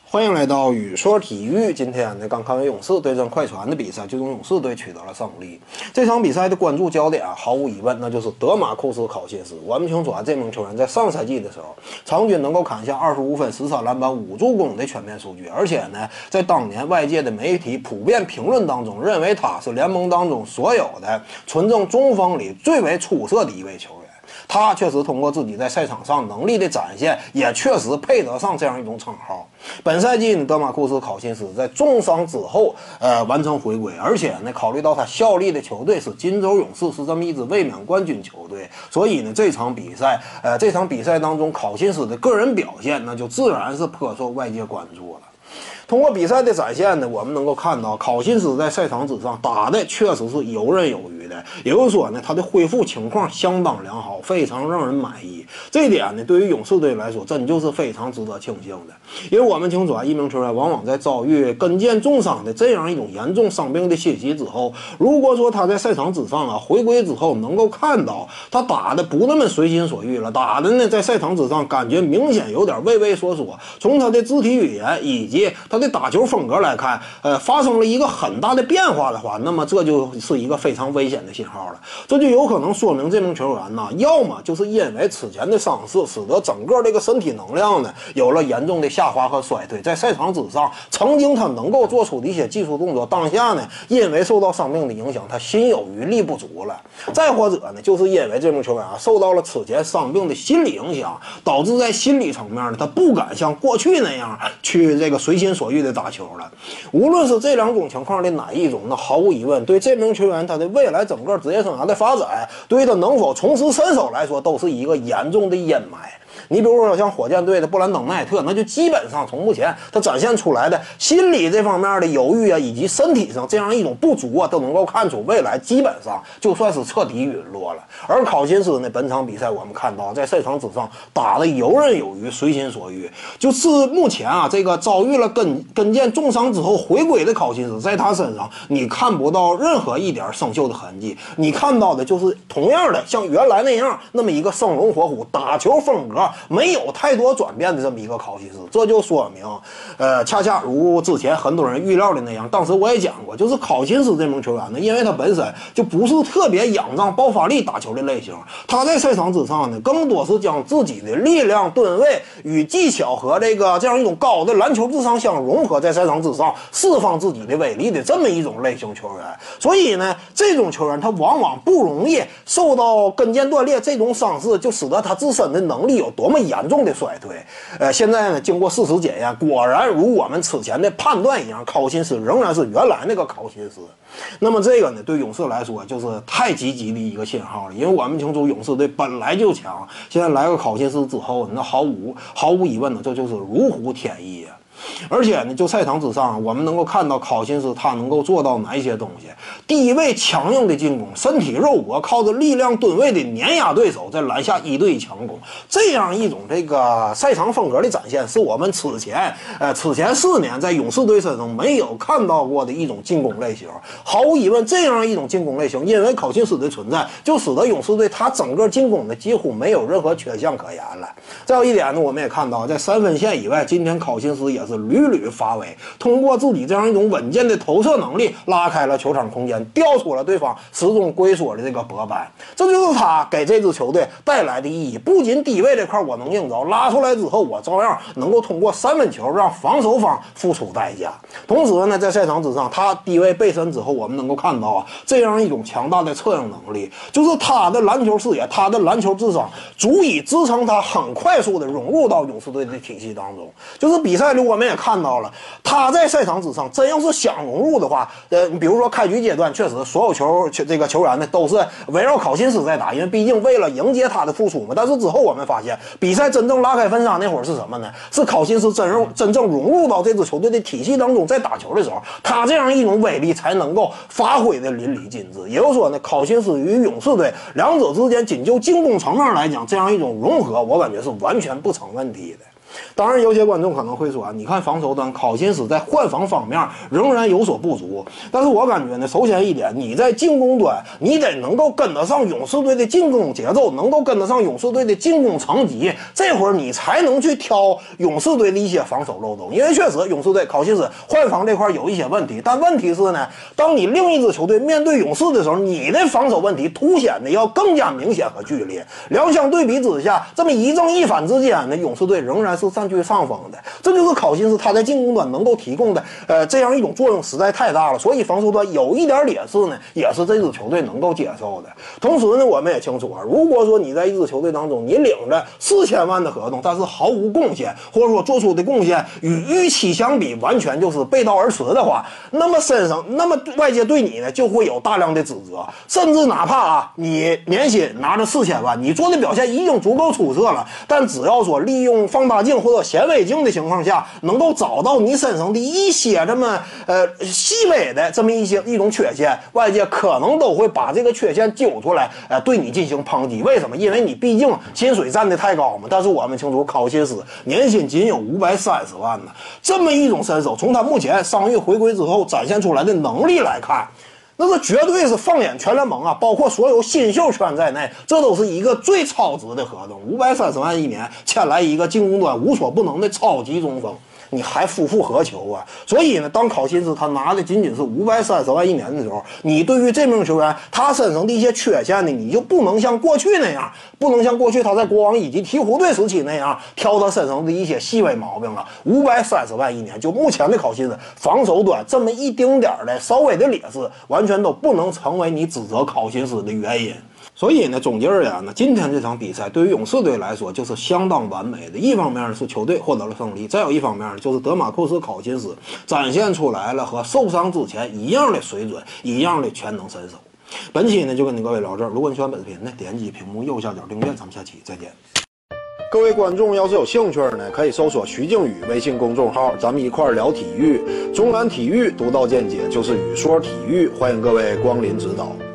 欢迎来到宇说体育。今天呢，刚看完勇士对阵快船的比赛，最终勇士队取得了胜利。这场比赛的关注焦点毫无疑问，那就是德马库斯·考辛斯。我们清楚这名球员在上赛季的时候，场均能够砍下25分、13篮板、5助攻的全面数据，而且呢，在当年外界的媒体普遍评论当中，认为他是联盟当中所有的纯正中锋里最为出色的一位球员。他确实通过自己在赛场上能力的展现，也确实配得上这样一种称号。本赛季呢，德马库斯·考辛斯在重伤之后，完成回归，而且呢，考虑到他效力的球队是金州勇士，是这么一支卫冕冠军球队，所以呢，这场比赛当中，考辛斯的个人表现，那就自然是颇受外界关注了。通过比赛的展现呢，我们能够看到考辛斯在赛场之上打的确实是游刃有余的，也就是说呢，他的恢复情况相当良好，非常让人满意。这一点呢，对于勇士队来说，真就是非常值得庆幸的。因为我们清楚一名球员往往在遭遇跟腱重伤的这样一种严重伤病的侵袭之后，如果说他在赛场之上回归之后，能够看到他打的不那么随心所欲了，打的呢在赛场之上感觉明显有点畏畏缩缩，从他的肢体语言以及他的打球风格来看，发生了一个很大的变化的话，那么这就是一个非常危险的信号了。这就有可能说明这名球员呢，要么就是因为此前的伤势，使得整个这个身体能量呢有了严重的下滑和衰退，在赛场之上，曾经他能够做出的一些技术动作，当下呢因为受到伤病的影响，他心有余力不足了。再或者呢，就是因为这名球员受到了此前伤病的心理影响，导致在心理层面呢，他不敢像过去那样去这个随心所欲的打球了。无论是这两种情况的哪一种，那毫无疑问，对这名球员他的未来整个职业生涯的发展，对他能否重拾身手来说，都是一个严重的阴霾。你比如说像火箭队的布兰登·奈特，那就基本上从目前他展现出来的心理这方面的犹豫以及身体上这样一种不足都能够看出未来基本上就算是彻底陨落了。而考辛斯呢，本场比赛我们看到在赛场之上打得游刃有余，随心所欲。就是目前这个遭遇了跟腱重伤之后回归的考辛斯，在他身上你看不到任何一点生锈的痕迹，你看到的就是同样的像原来那样那么一个生龙活虎，打球风格没有太多转变的这么一个考辛斯。这就说明恰恰如之前很多人预料的那样，当时我也讲过，就是考辛斯这名球员呢，因为他本身就不是特别仰仗爆发力打球的类型，他在赛场之上呢，更多是将自己的力量、吨位与技巧和这样一种高的篮球智商相融合，在赛场之上释放自己的威力的这么一种类型球员。所以呢，这种球员他往往不容易受到跟腱断裂这种伤势，就使得他自身的能力有多么严重的衰退。现在呢，经过事实检验，果然如我们此前的判断一样，考辛斯仍然是原来那个考辛斯。那么这个呢，对勇士来说就是太积极的一个信号了，因为我们清楚勇士队本来就强，现在来个考辛斯之后，那毫无疑问的，这就是如虎添翼啊。而且呢，就赛场之上，我们能够看到考辛斯他能够做到哪一些东西：低位强硬的进攻，身体肉搏，靠着力量吨位的碾压对手，在篮下1对1强攻，这样一种这个赛场风格的展现，是我们此前4年在勇士队身上没有看到过的一种进攻类型。毫无疑问，这样一种进攻类型，因为考辛斯的存在，就使得勇士队他整个进攻的几乎没有任何缺项可言了。再有一点呢，我们也看到，在3分线以外，今天考辛斯也是屡屡发威，通过自己这样一种稳健的投射能力，拉开了球场空间，调出了对方始终龟缩的这个脖板。这就是他给这支球队带来的意义。不仅低位这块我能硬着，拉出来之后我照样能够通过3分球让防守方付出代价。同时呢，在赛场之上，他低位背身之后，我们能够看到这样一种强大的策应能力，就是他的篮球视野，他的篮球智商足以支撑他很快速的融入到勇士队的体系当中。就是比赛里我们也看到了，他在赛场之上真要是想融入的话，比如说开局阶段确实所有球员呢都是围绕考辛斯在打，因为毕竟为了迎接他的复出嘛。但是之后我们发现，比赛真正拉开分差那会儿是什么呢？是考辛斯真正融入到这支球队的体系当中，在打球的时候，他这样一种威力才能够发挥的淋漓尽致。也就是说呢，考辛斯与勇士队两者之间仅就进攻层面来讲，这样一种融合，我感觉是完全不成问题的。 当然，有些观众可能会说，你看防守端考辛斯在换防方面仍然有所不足。但是我感觉呢，首先一点，你在进攻端你得能够跟得上勇士队的进攻节奏，能够跟得上勇士队的进攻层级，这会儿你才能去挑勇士队的一些防守漏洞。因为确实勇士队考辛斯换防这块有一些问题，但问题是呢，当你另一支球队面对勇士的时候，你的防守问题凸显的要更加明显和剧烈。两相对比之下，这么一正一反之间呢，勇士队仍然是占据上风的。这就是考辛斯他在进攻端能够提供的这样一种作用实在太大了，所以防守端有一点劣势呢，也是这支球队能够接受的。同时呢，我们也清楚啊，如果说你在一支球队当中，你领着4000万的合同，但是毫无贡献，或者说做出的贡献与预期相比完全就是背道而驰的话，那么外界对你呢就会有大量的指责，甚至哪怕你年薪拿着4000万，你做的表现已经足够出色了，但只要说利用放大镜或者显微镜的情况下，能够找到你身上的一些这么细微的这么一种缺陷，外界可能都会把这个缺陷揪出来，对你进行抨击。为什么？因为你毕竟薪水占得太高嘛。但是我们清楚，考辛斯年薪仅有530万呢，这么一种身手，从他目前伤愈回归之后展现出来的能力来看，那是绝对是放眼全联盟啊，包括所有新秀圈在内，这都是一个最超值的合同，530万一年签来一个进攻端无所不能的超级中锋。你还夫复何求啊？所以呢，当考辛斯他拿的仅仅是530万一年的时候，你对于这名球员他身上的一些缺陷呢，你就不能像过去那样，不能像过去他在国王以及鹈鹕队时期那样挑他身上的一些细微毛病了。530万一年，就目前的考辛斯防守端这么一丁点的稍微的劣势，完全都不能成为你指责考辛斯的原因。所以呢，总结而言呢，今天这场比赛对于勇士队来说就是相当完美的。一方面是球队获得了胜利，再有一方面就是德马库斯考辛斯展现出来了和受伤之前一样的水准，一样的全能身手。本期呢就跟你各位聊这儿，如果你喜欢本视频呢，点击屏幕右下角订阅，咱们下期再见。各位观众要是有兴趣呢，可以搜索徐静宇微信公众号，咱们一块聊体育。中南体育独到见解就是语说体育，欢迎各位光临指导。